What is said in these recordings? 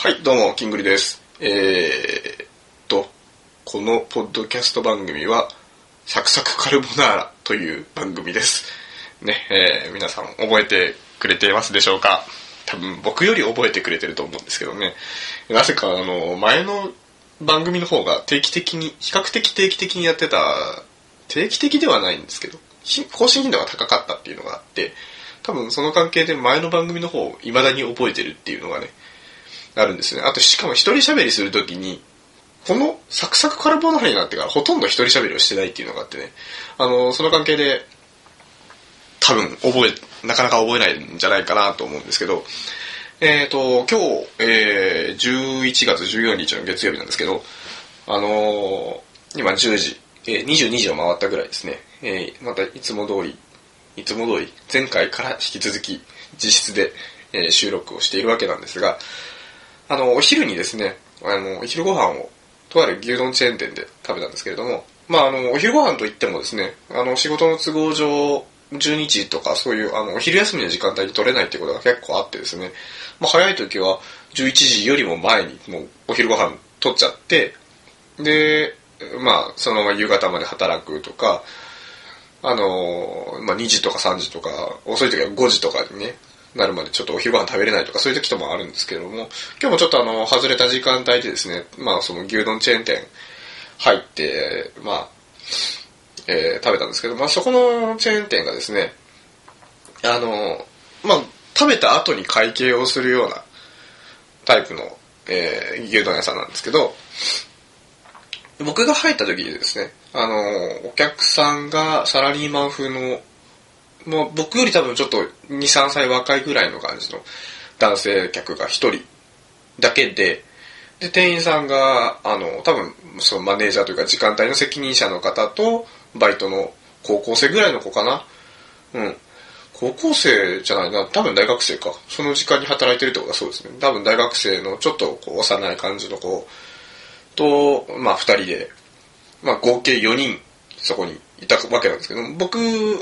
はい、どうも、キングリです。このポッドキャスト番組は、サクサクカルボナーラという番組です。ね、皆さん覚えてくれていますでしょうか？多分僕より覚えてくれてると思うんですけどね。なぜか前の番組の方が比較的定期的にやってた、定期的ではないんですけど、更新頻度が高かったっていうのがあって、多分その関係で前の番組の方を未だに覚えてるっていうのがね、あるんですね。あとしかも一人喋りするときに、このサクサクカルボナーラになってからほとんど一人喋りをしてないっていうのがあってね、その関係で多分なかなか覚えないんじゃないかなと思うんですけど、今日、11月14日の月曜日なんですけど、今10時、22時を回ったぐらいですね、またいつも通り前回から引き続き自室で、収録をしているわけなんですが、お昼にですね、お昼ご飯をとある牛丼チェーン店で食べたんですけれども、お昼ご飯といってもですね、仕事の都合上、12時とかそういうお昼休みの時間帯に取れないってことが結構あってですね、早い時は11時よりも前にもうお昼ご飯取っちゃって、で、そのまま夕方まで働くとか、2時とか3時とか、遅い時は5時とかにね、なるまでちょっとお昼ご飯食べれないとかそういう時ともあるんですけれども、今日もちょっと外れた時間帯でですね、その牛丼チェーン店入って、食べたんですけど、そこのチェーン店がですね、食べた後に会計をするようなタイプの、牛丼屋さんなんですけど、僕が入った時にですね、お客さんがサラリーマン風の、もう僕より多分ちょっと2、3歳若いぐらいの感じの男性客が一人だけで、店員さんが、多分そのマネージャーというか時間帯の責任者の方と、バイトの高校生ぐらいの子かな。高校生じゃないな、多分大学生か。その時間に働いてるってことはそうですね。多分大学生のちょっと幼い感じの子と、2人で、合計4人そこにいたわけなんですけど、僕、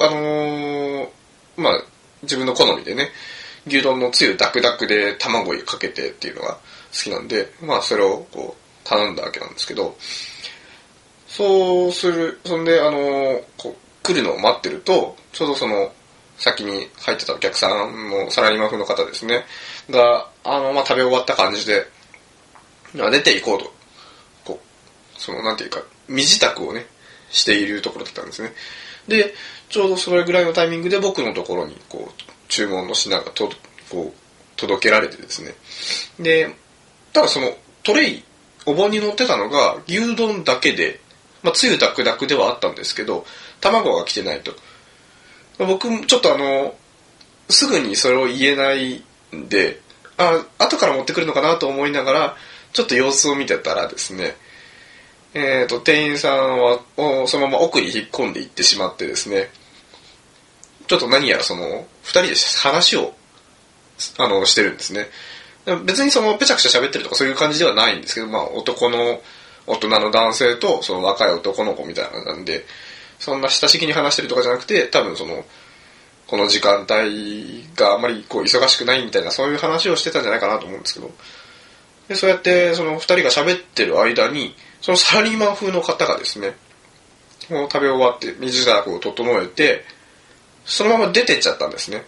自分の好みでね、牛丼のつゆダクダクで卵をかけてっていうのが好きなんで、それを頼んだわけなんですけど、そんで、来るのを待ってると、ちょうどその、先に入ってたお客さんのサラリーマン風の方ですね、が、食べ終わった感じで、出て行こうと、なんていうか、身支度をね、しているところだったんですね。で、ちょうどそれぐらいのタイミングで僕のところに、注文の品が届けられてですね。で、ただそのトレイ、お盆に乗ってたのが牛丼だけで、つゆダクダクではあったんですけど、卵が来てないと。僕、ちょっとすぐにそれを言えないんで、後から持ってくるのかなと思いながら、ちょっと様子を見てたらですね、店員さんはそのまま奥に引っ込んでいってしまってですね、ちょっと何やら二人で話をしてるんですね。別にぺちゃくちゃ喋ってるとかそういう感じではないんですけど、大人の男性とその若い男の子みたいなんで、そんな親しげに話してるとかじゃなくて、多分この時間帯があまり忙しくないみたいな、そういう話をしてたんじゃないかなと思うんですけど、でそうやってその二人が喋ってる間に、そのサラリーマン風の方がですね、もう食べ終わって身支度を整えて、そのまま出てっちゃったんですね。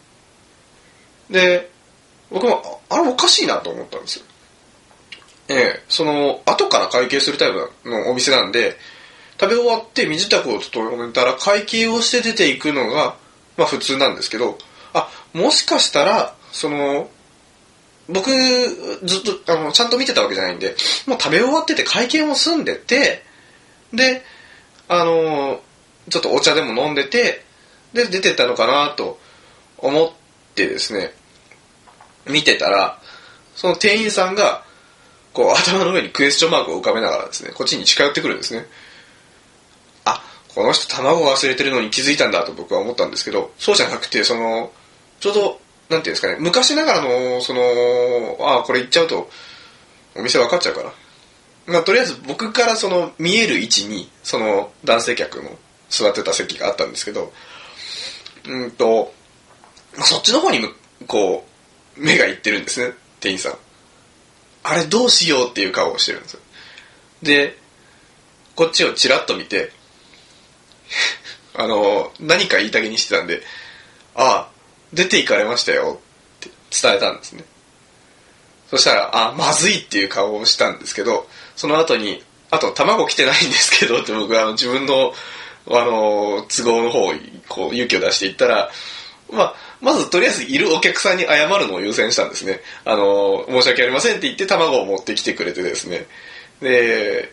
で、僕もあれおかしいなと思ったんですよ。後から会計するタイプのお店なんで、食べ終わって身支度を整えたら会計をして出ていくのが普通なんですけど、もしかしたら僕ずっとちゃんと見てたわけじゃないんで、もう食べ終わってて会計も済んでて、でちょっとお茶でも飲んでて、で出てったのかなと思ってですね、見てたら、その店員さんが頭の上にクエスチョンマークを浮かべながらですね、こっちに近寄ってくるんですね。この人卵を忘れてるのに気づいたんだと僕は思ったんですけど、そうじゃなくて、ちょうどなんていうんですかね、昔ながらのこれ言っちゃうとお店分かっちゃうから、とりあえず僕から見える位置にその男性客の座ってた席があったんですけど、そっちの方に目がいってるんですね、店員さん。 あれどうしようっていう顔をしてるんですよ。で、こっちをチラッと見て、何か言いたげにしてたんで、あ、出て行かれましたよって伝えたんですね。そしたら、まずいっていう顔をしたんですけど、その後に、あと卵来てないんですけどって僕は自分の都合の方にこう勇気を出していったら、まずとりあえずいるお客さんに謝るのを優先したんですね。申し訳ありませんって言って卵を持ってきてくれてですね。で、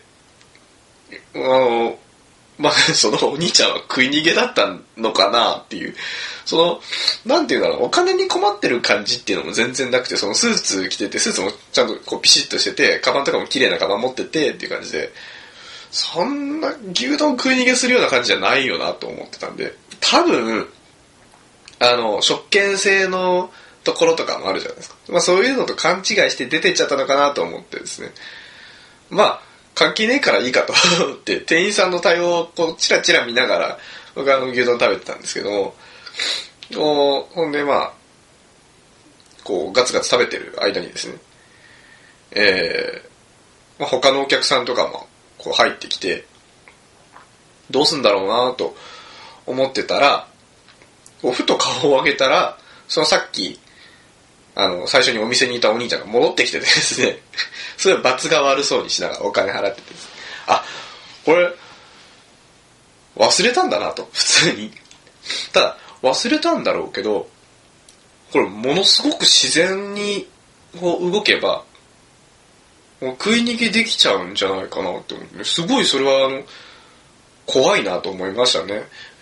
そのお兄ちゃんは食い逃げだったのかなっていう、なんていうんだろう、お金に困ってる感じっていうのも全然なくて、そのスーツ着てて、スーツもちゃんとこうピシッとしてて、カバンとかも綺麗なカバン持っててっていう感じで、そんな牛丼食い逃げするような感じじゃないよなと思ってたんで、多分、食券制のところとかもあるじゃないですか。そういうのと勘違いして出てっちゃったのかなと思ってですね。関係ねえからいいかと思って、店員さんの対応をこうチラチラ見ながら、僕は牛丼食べてたんですけども、ほんでこうガツガツ食べてる間にですね、他のお客さんとかもこう入ってきて、どうすんだろうなと思ってたら、こうふと顔を上げたら、そのさっき最初にお店にいたお兄ちゃんが戻ってきてですね、それを罰が悪そうにしながらお金払っててです、これ忘れたんだなと、普通に。ただ忘れたんだろうけど、これものすごく自然にこう動けばもう食い逃げできちゃうんじゃないかなって思って、すごいそれは怖いなと思いましたね。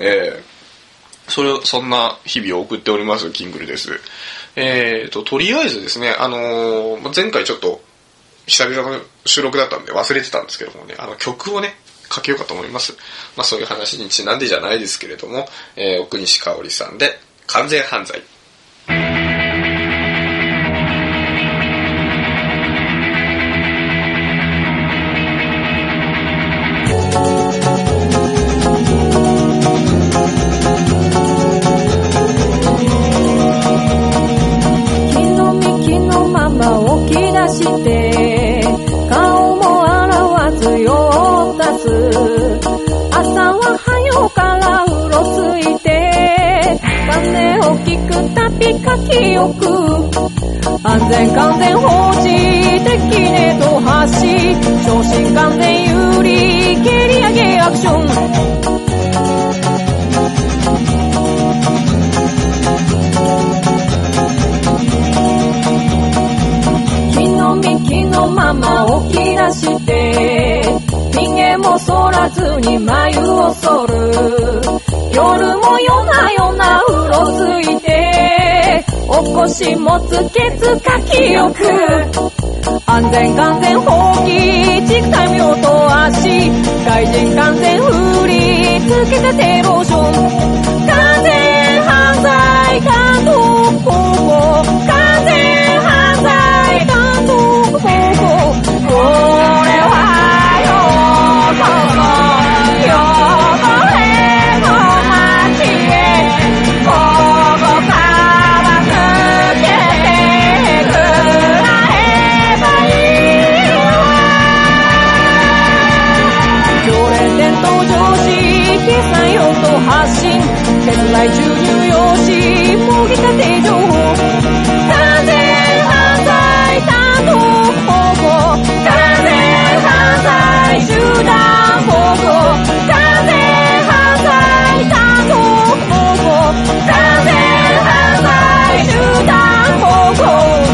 そんな日々を送っておりますキングルです。とりあえずですね、前回ちょっと久々の収録だったんで忘れてたんですけどもね、曲をねかけようかと思います。そういう話にちなんでじゃないですけれども、奥西香織さんで完全犯罪。 顔も洗わず用を足す。朝は早からうろついて、鐘を聞くたび書き置く。安全完全放置的ネット発信、昇進完全有利蹴り上げアクション。木のまま起き出して、ひげも剃らずに眉を剃る。夜も夜な夜なうろついて、起こしもつけず書き置く。安全完全放棄畜体名と足、外人完全振りつけたテローション。完全犯罪単独保護、完全犯罪単独保護。これはよこのよこへの街へ、ここから抜けてくらえばいいわ。常連店と上司決済用と発信、手伝い注入用紙もぎたて情報。完全犯罪単独保護、完全犯罪集団保護、完全犯罪単独保護、完全犯罪集団保護。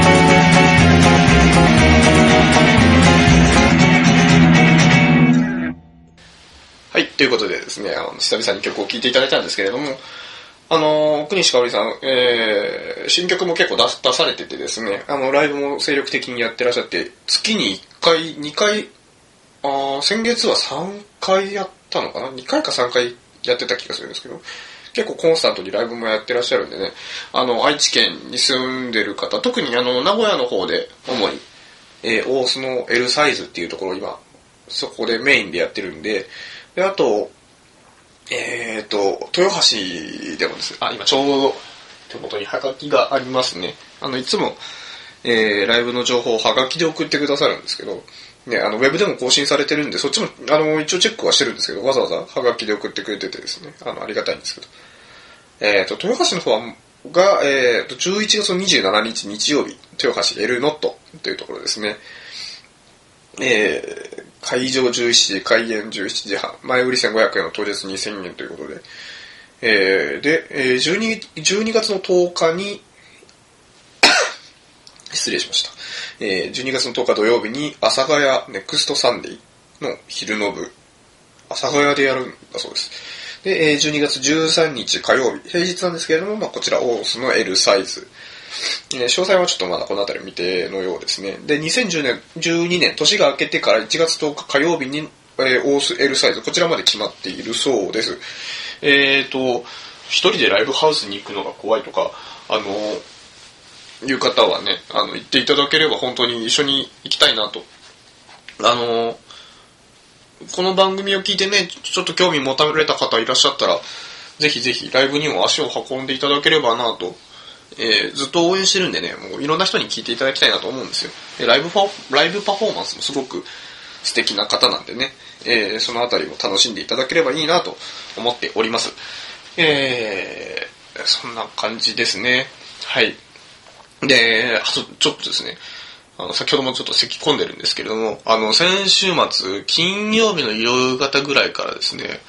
はい、ということでですね、久々に曲を聴いていただいたんですけれども、奥西香織さん、新曲も結構出されててですね、ライブも精力的にやってらっしゃって、月に1回、2回、先月は3回やったのかな ?2 回か3回やってた気がするんですけど、結構コンスタントにライブもやってらっしゃるんでね、愛知県に住んでる方、特に名古屋の方で主に、大須の L サイズっていうところを今、そこでメインでやってるんで、で、あと、豊橋でもですね、今ちょうど手元にハガキがありますね。いつも、 ライブの情報をハガキで送ってくださるんですけど、ね、ウェブでも更新されてるんで、そっちも、一応チェックはしてるんですけど、わざわざハガキで送ってくれててですね、ありがたいんですけど。豊橋の方が、11月27日日曜日、豊橋エルノットというところですね。会場17時、開演17時半、前売り1500円の当日2000円ということで、で、12月の10日に、失礼しました。12月の10日土曜日に、阿佐ヶ谷ネクストサンデーの昼の部、阿佐ヶ谷でやるんだそうです。で、12月13日火曜日、平日なんですけれども、こちらオースの L サイズ。詳細はちょっとまだこのあたり未定のようですね。で、2012年、年が明けてから1月10日火曜日に、オース L サイズ、こちらまで決まっているそうです。一人でライブハウスに行くのが怖いとか、いう方はね、言っていただければ本当に一緒に行きたいなと。この番組を聞いてね、ちょっと興味持たれた方いらっしゃったら、ぜひぜひライブにも足を運んでいただければなと、ずっと応援してるんでね、もういろんな人に聞いていただきたいなと思うんですよ。ライブパフォーマンスもすごく素敵な方なんでね、そのあたりを楽しんでいただければいいなと思っております。そんな感じですね。はい。で、あとちょっとですね、先ほどもちょっと咳込んでるんですけれども、先週末、金曜日の夕方ぐらいからですね、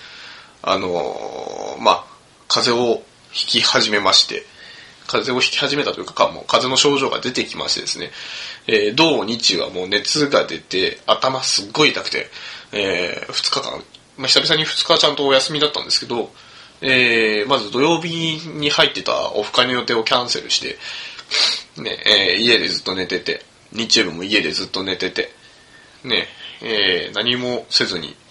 風邪をひき始めまして、風邪をひき始めたというか、もう風邪の症状が出てきましてですね、土日はもう熱が出て、頭すっごい痛くて、2日間、久々に2日ちゃんとお休みだったんですけど、まず土曜日に入ってたオフ会の予定をキャンセルして、ね、家でずっと寝てて、日曜日も家でずっと寝てて、ね、何もせずに、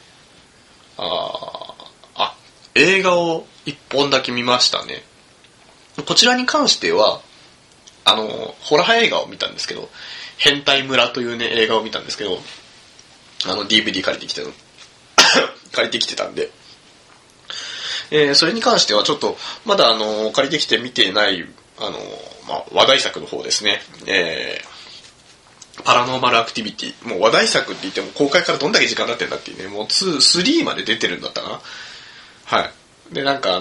映画を1本だけ見ましたね。こちらに関しては、ホラー映画を見たんですけど、変態村というね、映画を見たんですけど、DVD 借りてきてたんで、それに関してはちょっと、まだ借りてきて見ていない、話題作の方ですね。パラノーマルアクティビティ。もう話題作って言っても公開からどんだけ時間経ってんだっていうね、もう3まで出てるんだったかな。はい。で、なんか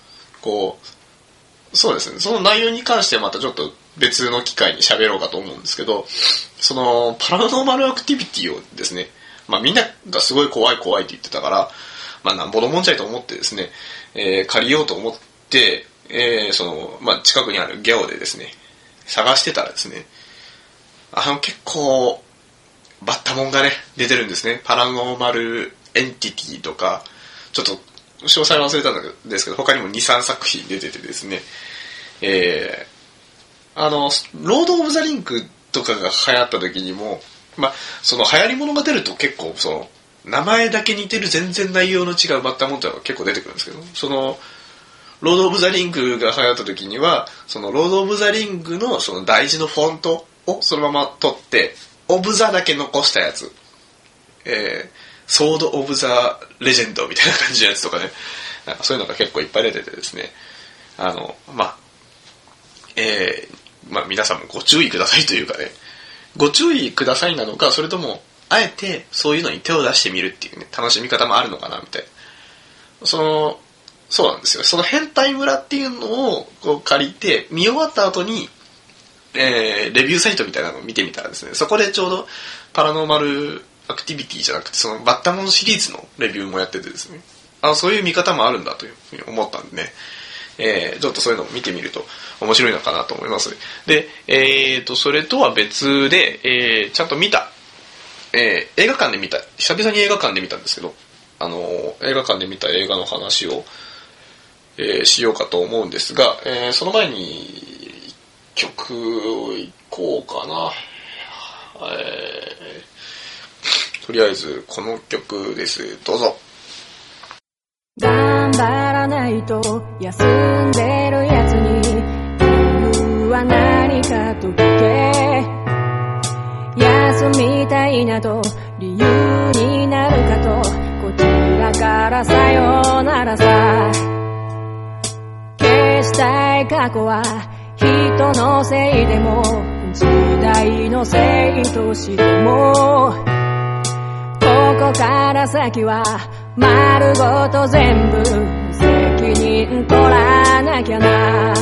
そうですね、その内容に関してはまたちょっと別の機会に喋ろうかと思うんですけど、そのパラノーマルアクティビティをですね、みんながすごい怖いって言ってたから、なんぼのもんじゃいと思ってですね、借りようと思って、近くにあるゲオでですね、探してたらですね、結構、バッタモンがね、出てるんですね。パラノーマルエンティティとか、ちょっと、詳細忘れたんですけど、他にも2、3作品出ててですね、ロード・オブ・ザ・リンクとかが流行った時にも、その流行り物が出ると結構、名前だけ似てる全然内容の違うバッタモンってのが結構出てくるんですけど、ロード・オブ・ザ・リングが流行った時には、そのロード・オブ・ザ・リングのその大事のフォントをそのまま取って、オブ・ザだけ残したやつ、ソード・オブ・ザ・レジェンドみたいな感じのやつとかね、なんかそういうのが結構いっぱい出ててですね、皆さんもご注意くださいというかね、ご注意くださいなのか、それとも、あえてそういうのに手を出してみるっていうね、楽しみ方もあるのかな、みたいな。そうなんですよ。その変態村っていうのをこう借りて、見終わった後に、レビューサイトみたいなのを見てみたらですね、そこでちょうどパラノーマルアクティビティじゃなくて、そのバッタモンシリーズのレビューもやっててですね、そういう見方もあるんだというふうに思ったんでね、ちょっとそういうのを見てみると面白いのかなと思います。で、それとは別で、ちゃんと見た、映画館で見た、久々に映画館で見たんですけど、映画館で見た映画の話を、しようかと思うんですが、その前に一曲いこうかな。とりあえずこの曲です。どうぞ。 頑張らないと休んでるやつに理由は何かと聞け、休みたいなと理由になるかとこちらからさよならさ、消したい過去は人のせいでも自のせいとしても、ここから先は丸ごと全部責任取らなきゃな、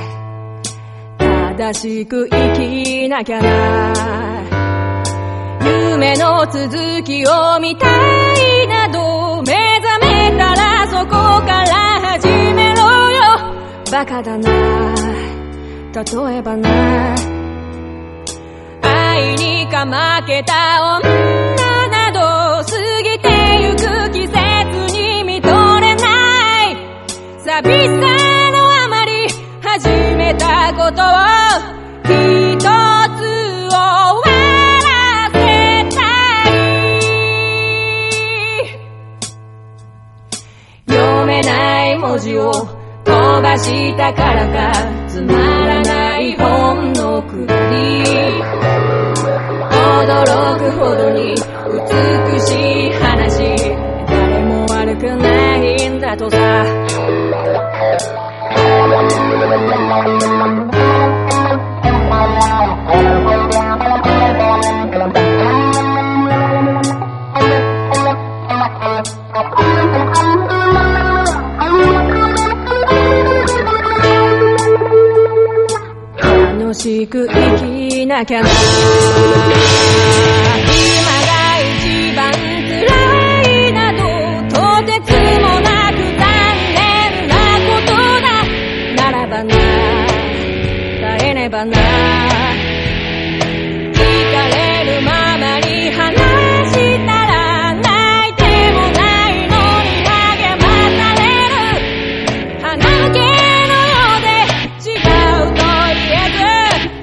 正しく生きなきゃな、夢の続きを見たいなど、目覚めたらそこから始めろよ。バカだな、例えばな、愛にかまけた女など、過ぎてゆく季節に見とれない。寂しさのあまり始めたことを一つ終わらせたい。読めない文字を飛ばしたからか、つまらない本のくだり、驚くほどに美しい話、誰も悪くないんだとさ。楽しく生きなきゃな、今が一番辛いなど、とてつもなく残念なことだ。ならばな、耐えねばな、聞かれるままに話したら、泣いてもないのに励まされる。鼻毛のようで違うと言えず、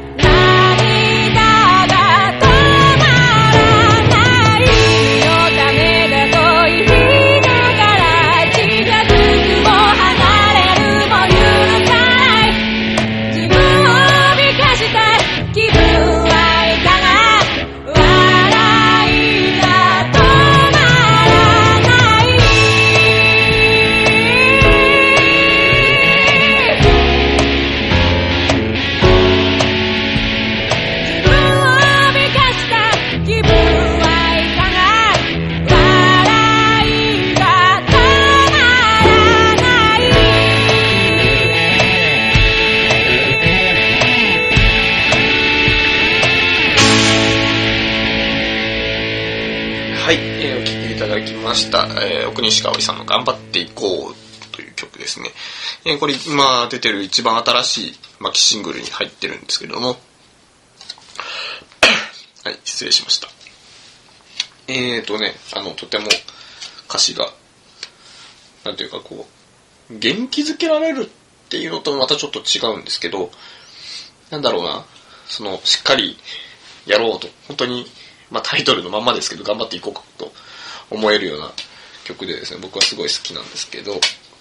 奥西香織さんの頑張っていこうという曲ですね。これ今出てる一番新しいマキシングルに入ってるんですけれどもはい、失礼しました。とても歌詞がなんていうかこう元気づけられるっていうのとまたちょっと違うんですけど、なんだろうな、そのしっかりやろうと本当に、タイトルのまんまですけど頑張っていこうかと思えるような曲でですね、僕はすごい好きなんですけど、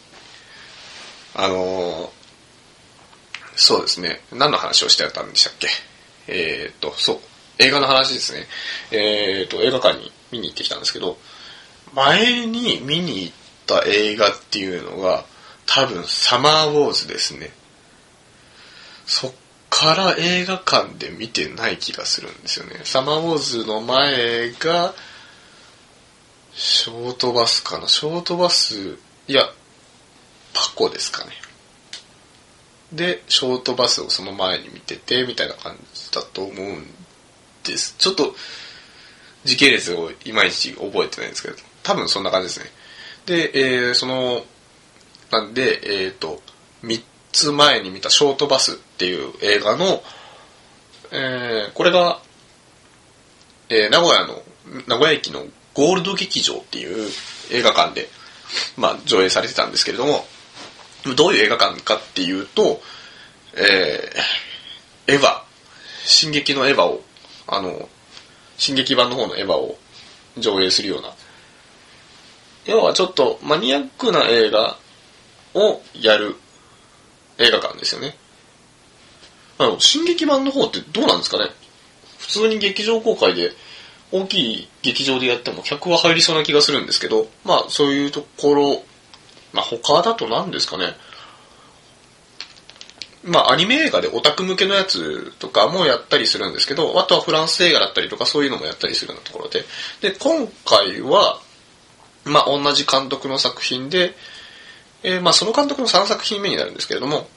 そうですね、何の話をしてたんでしたっけ。そう、映画の話ですね。映画館に見に行ってきたんですけど、前に見に行った映画っていうのが多分サマーウォーズですね。そっから映画館で見てない気がするんですよね。サマーウォーズの前がショートバスかな、ショートバス、いやパコですかね。でショートバスをその前に見ててみたいな感じだと思うんです。ちょっと時系列をいまいち覚えてないんですけど、多分そんな感じですね。で、なんで3つ前に見たショートバスっていう映画の、これが、名古屋駅のゴールド劇場っていう映画館で、上映されてたんですけれども、どういう映画館かっていうと、エヴァ、進撃のエヴァを、進撃版の方のエヴァを上映するような、要はちょっとマニアックな映画をやる映画館ですよね。進撃版の方ってどうなんですかね。普通に劇場公開で大きい劇場でやっても客は入りそうな気がするんですけど、そういうところ、他だと何ですかね。 まあアニメ映画でオタク向けのやつとかもやったりするんですけど、あとはフランス映画だったりとかそういうのもやったりするようなところで、で、今回は、まあ同じ監督の作品で、まあその監督の3作品目になるんですけれども、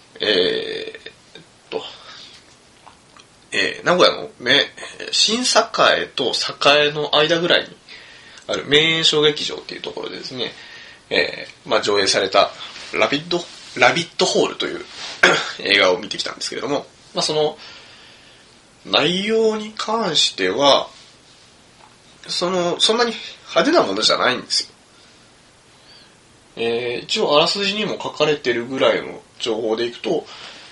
名古屋の新栄と栄の間ぐらいにある名演小劇場っていうところでですね、まあ上映されたラビットホールという映画を見てきたんですけれども、まあその内容に関してはそんなに派手なものじゃないんですよ。一応あらすじにも書かれてるぐらいの情報でいくと、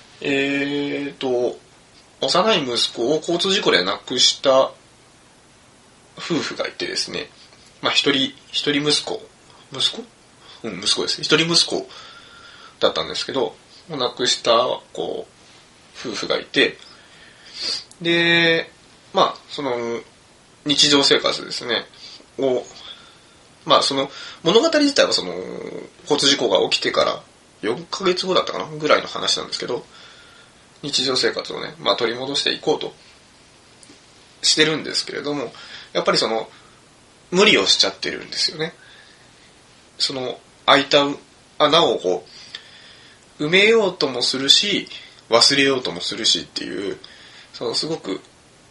幼い息子を交通事故で亡くした夫婦がいてですね、まあ一人息子ですね。一人息子だったんですけど、亡くした夫婦がいて、で、まあその日常生活ですねを、まあその物語自体はその交通事故が起きてから4ヶ月後だったかなぐらいの話なんですけど、日常生活をね、まあ取り戻していこうとしてるんですけれども、やっぱりその無理をしちゃってるんですよね。その開いた穴をこう埋めようともするし、忘れようともするしっていう、そのすごく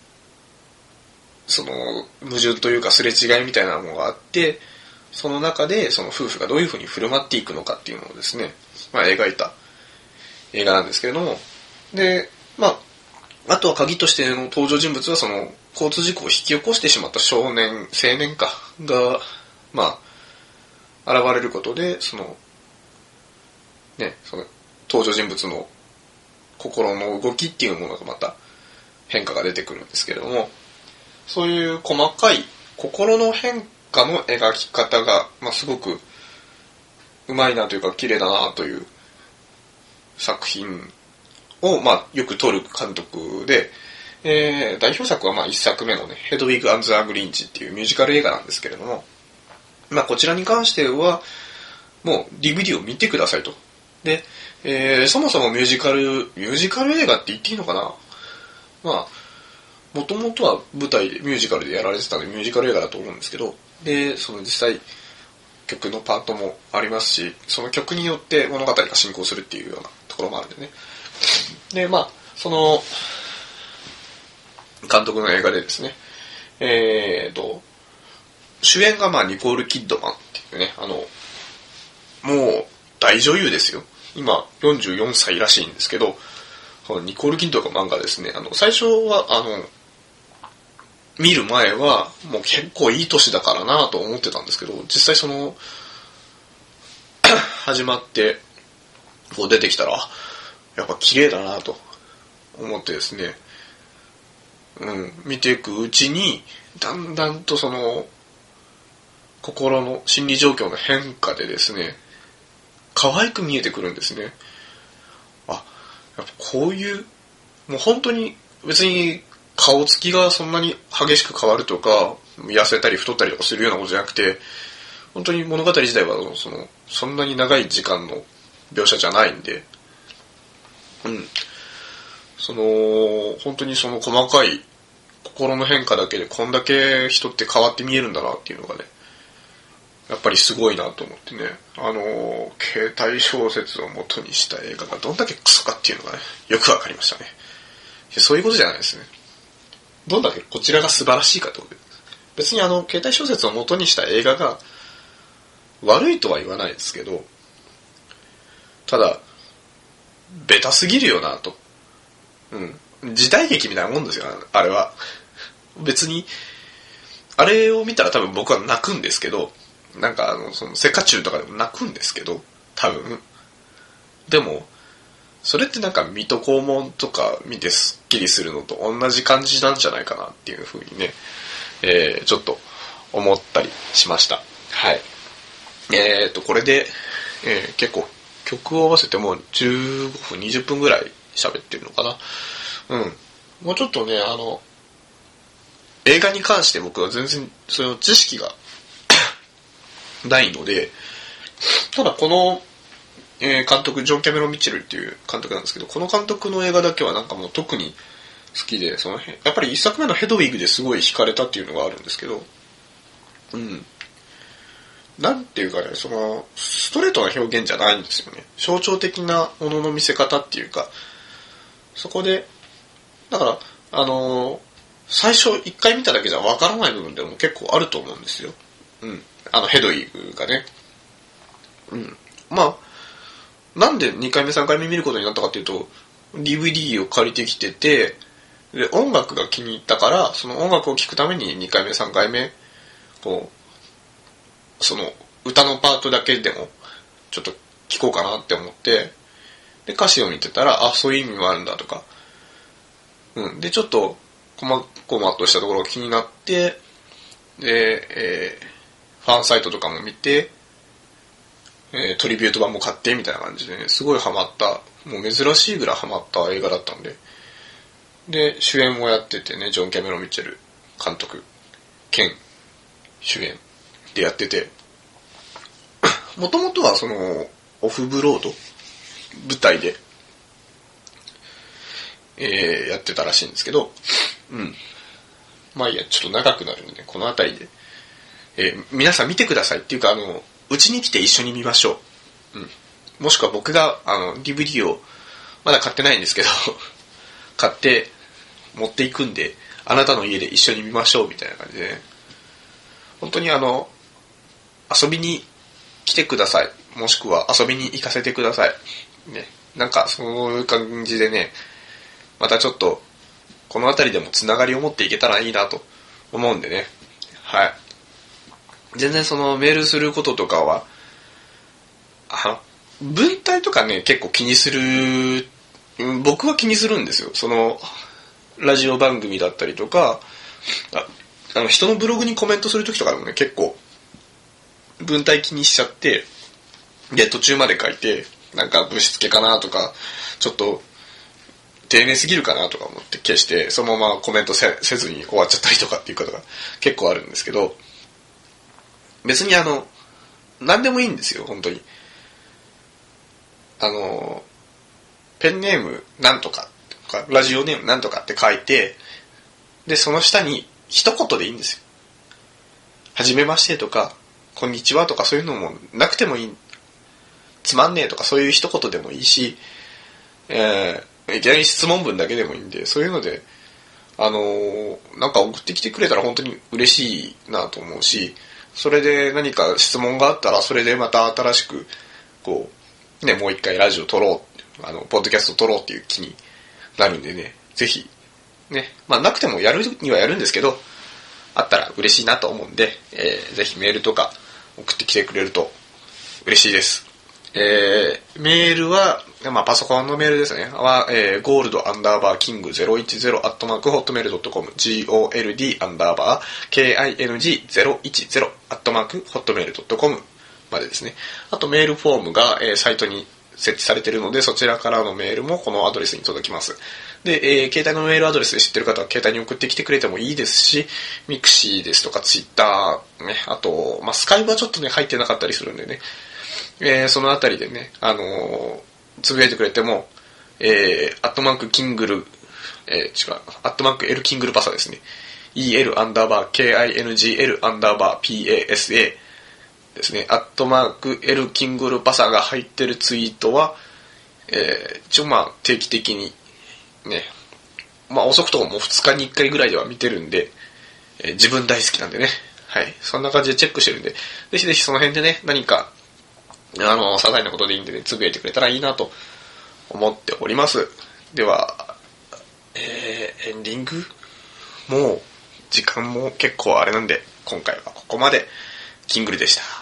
その矛盾というかすれ違いみたいなものがあって、その中でその夫婦がどういうふうに振る舞っていくのかっていうのをですね、まあ描いた映画なんですけれども、で、まあ、あとは鍵としての登場人物はその交通事故を引き起こしてしまった青年が、まあ、現れることで、その登場人物の心の動きっていうものがまた変化が出てくるんですけれども、そういう細かい心の変化の描き方が、まあ、すごくうまいなというか綺麗だなという作品を、まあ、よく撮る監督で、代表作はまあ1作目のね、ヘドウィグ・アンズ・アグリンチっていうミュージカル映画なんですけれども、まあ、こちらに関してはもう DVD を見てくださいと。で、そもそもミュージカル映画って言っていいのかな。まあもともとは舞台でミュージカルでやられてたのでミュージカル映画だと思うんですけど、でその実際曲のパートもありますし、その曲によって物語が進行するっていうようなところもあるんでね。でまあその監督の映画でですね、主演がまあニコール・キッドマンっていうね、もう大女優ですよ。今44歳らしいんですけど、そのニコール・キッドマンがですね、最初は見る前はもう結構いい年だからなと思ってたんですけど、実際その始まってこう出てきたらやっぱ綺麗だなと思ってですね、見ていくうちにだんだんとその心の心理状況の変化でですね、可愛く見えてくるんですね。あ、やっぱこういうもう本当に別に顔つきがそんなに激しく変わるとか痩せたり太ったりとかするようなことじゃなくて、本当に物語自体はそんなに長い時間の描写じゃないんで、本当にその細かい心の変化だけでこんだけ人って変わって見えるんだなっていうのがね、やっぱりすごいなと思ってね、携帯小説を元にした映画がどんだけクソかっていうのがね、よくわかりましたね。そういうことじゃないですね。どんだけこちらが素晴らしいかと。別に携帯小説を元にした映画が悪いとは言わないですけど、ただベタすぎるよなと。時代劇みたいなもんですよ、あれは。別にあれを見たら多分僕は泣くんですけど、なんかそのセカチュウとかでも泣くんですけど、多分でもそれってなんか水戸黄門とか見てスッキリするのと同じ感じなんじゃないかなっていう風にね、ちょっと思ったりしました。はい。これで、結構曲を合わせてもう15分20分ぐらい喋ってるのかな。もうちょっとね、映画に関して僕は全然その知識がないので、ただこの監督、ジョン・キャメロン・ミッチェルっていう監督なんですけど、この監督の映画だけはなんかもう特に好きで、やっぱり一作目のヘドウィグですごい惹かれたっていうのがあるんですけど、なんていうかね、ストレートな表現じゃないんですよね。象徴的なものの見せ方っていうか、そこで、だから、最初一回見ただけじゃわからない部分でも結構あると思うんですよ。ヘドウィグがね。まあ、なんで2回目3回目見ることになったかっていうと、DVD を借りてきてて、で、音楽が気に入ったから、その音楽を聴くために2回目3回目、歌のパートだけでも、ちょっと聴こうかなって思って、で、歌詞を見てたら、そういう意味もあるんだとか、で、ちょっと、こまっとしたところが気になって、で、ファンサイトとかも見て、トリビュート版も買ってみたいな感じでね、すごいハマった、もう珍しいぐらいハマった映画だったんで、で、主演もやっててね、ジョン・キャメロン・ミッチェル監督兼主演でやってて、もともとはオフブロード舞台で、やってたらしいんですけど、まあいいや、ちょっと長くなるんでね、このあたりで、皆さん見てくださいっていうか、うちに来て一緒に見ましょう。もしくは僕が、DVD を、まだ買ってないんですけど、買って持っていくんで、あなたの家で一緒に見ましょうみたいな感じで、ね、本当に遊びに来てください。もしくは遊びに行かせてください。ね。なんか、そういう感じでね、またちょっと、このあたりでもつながりを持っていけたらいいなと思うんでね。はい。全然メールすることとかは、文体とかね、結構気にする、僕は気にするんですよ。ラジオ番組だったりとか、人のブログにコメントするときとかでもね、結構、文体気にしちゃって、で、途中まで書いて、なんかぶしつけかなとか、ちょっと、丁寧すぎるかなとか思って消して、そのままコメントせずに終わっちゃったりとかっていうことが結構あるんですけど、別に何でもいいんですよ、本当に。ペンネームなんとか、ラジオネームなんとかって書いて、で、その下に一言でいいんですよ。はじめましてとか、こんにちはとかそういうのもなくてもいい。つまんねえとかそういう一言でもいいし、いきなり質問文だけでもいいんで、そういうので、なんか送ってきてくれたら本当に嬉しいなと思うし、それで何か質問があったら、それでまた新しく、もう一回ラジオ撮ろう、ポッドキャスト撮ろうっていう気になるんでね、ぜひ、ね、まあなくてもやるにはやるんですけど、あったら嬉しいなと思うんで、ぜひメールとか送ってきてくれると嬉しいです。メールは、まあ、パソコンのメールですね。は、gold_king010@hotmail.com gold_king010@hotmail.com までですね。あとメールフォームが、サイトに設置されているので、そちらからのメールもこのアドレスに届きます。で、携帯のメールアドレスで知ってる方は携帯に送ってきてくれてもいいですし、ミクシーですとかツイッター、ね、あと、まあ、スカイプはちょっとね、入ってなかったりするんでね、そのあたりでね、つぶやいてくれても、キングル、エルキングルパサですね。EL_KINGL_PASA ですね。エルキングルパサが入ってるツイートは、一応まあ定期的にね、まあ遅くとも2日に1回ぐらいでは見てるんで、自分大好きなんでね。はい。そんな感じでチェックしてるんで、ぜひぜひその辺でね、何か、些細なことでいいんでね、つぶやいてくれたらいいなと思っております。では、エンディング？もう、時間も結構あれなんで、今回はここまで、キングルでした。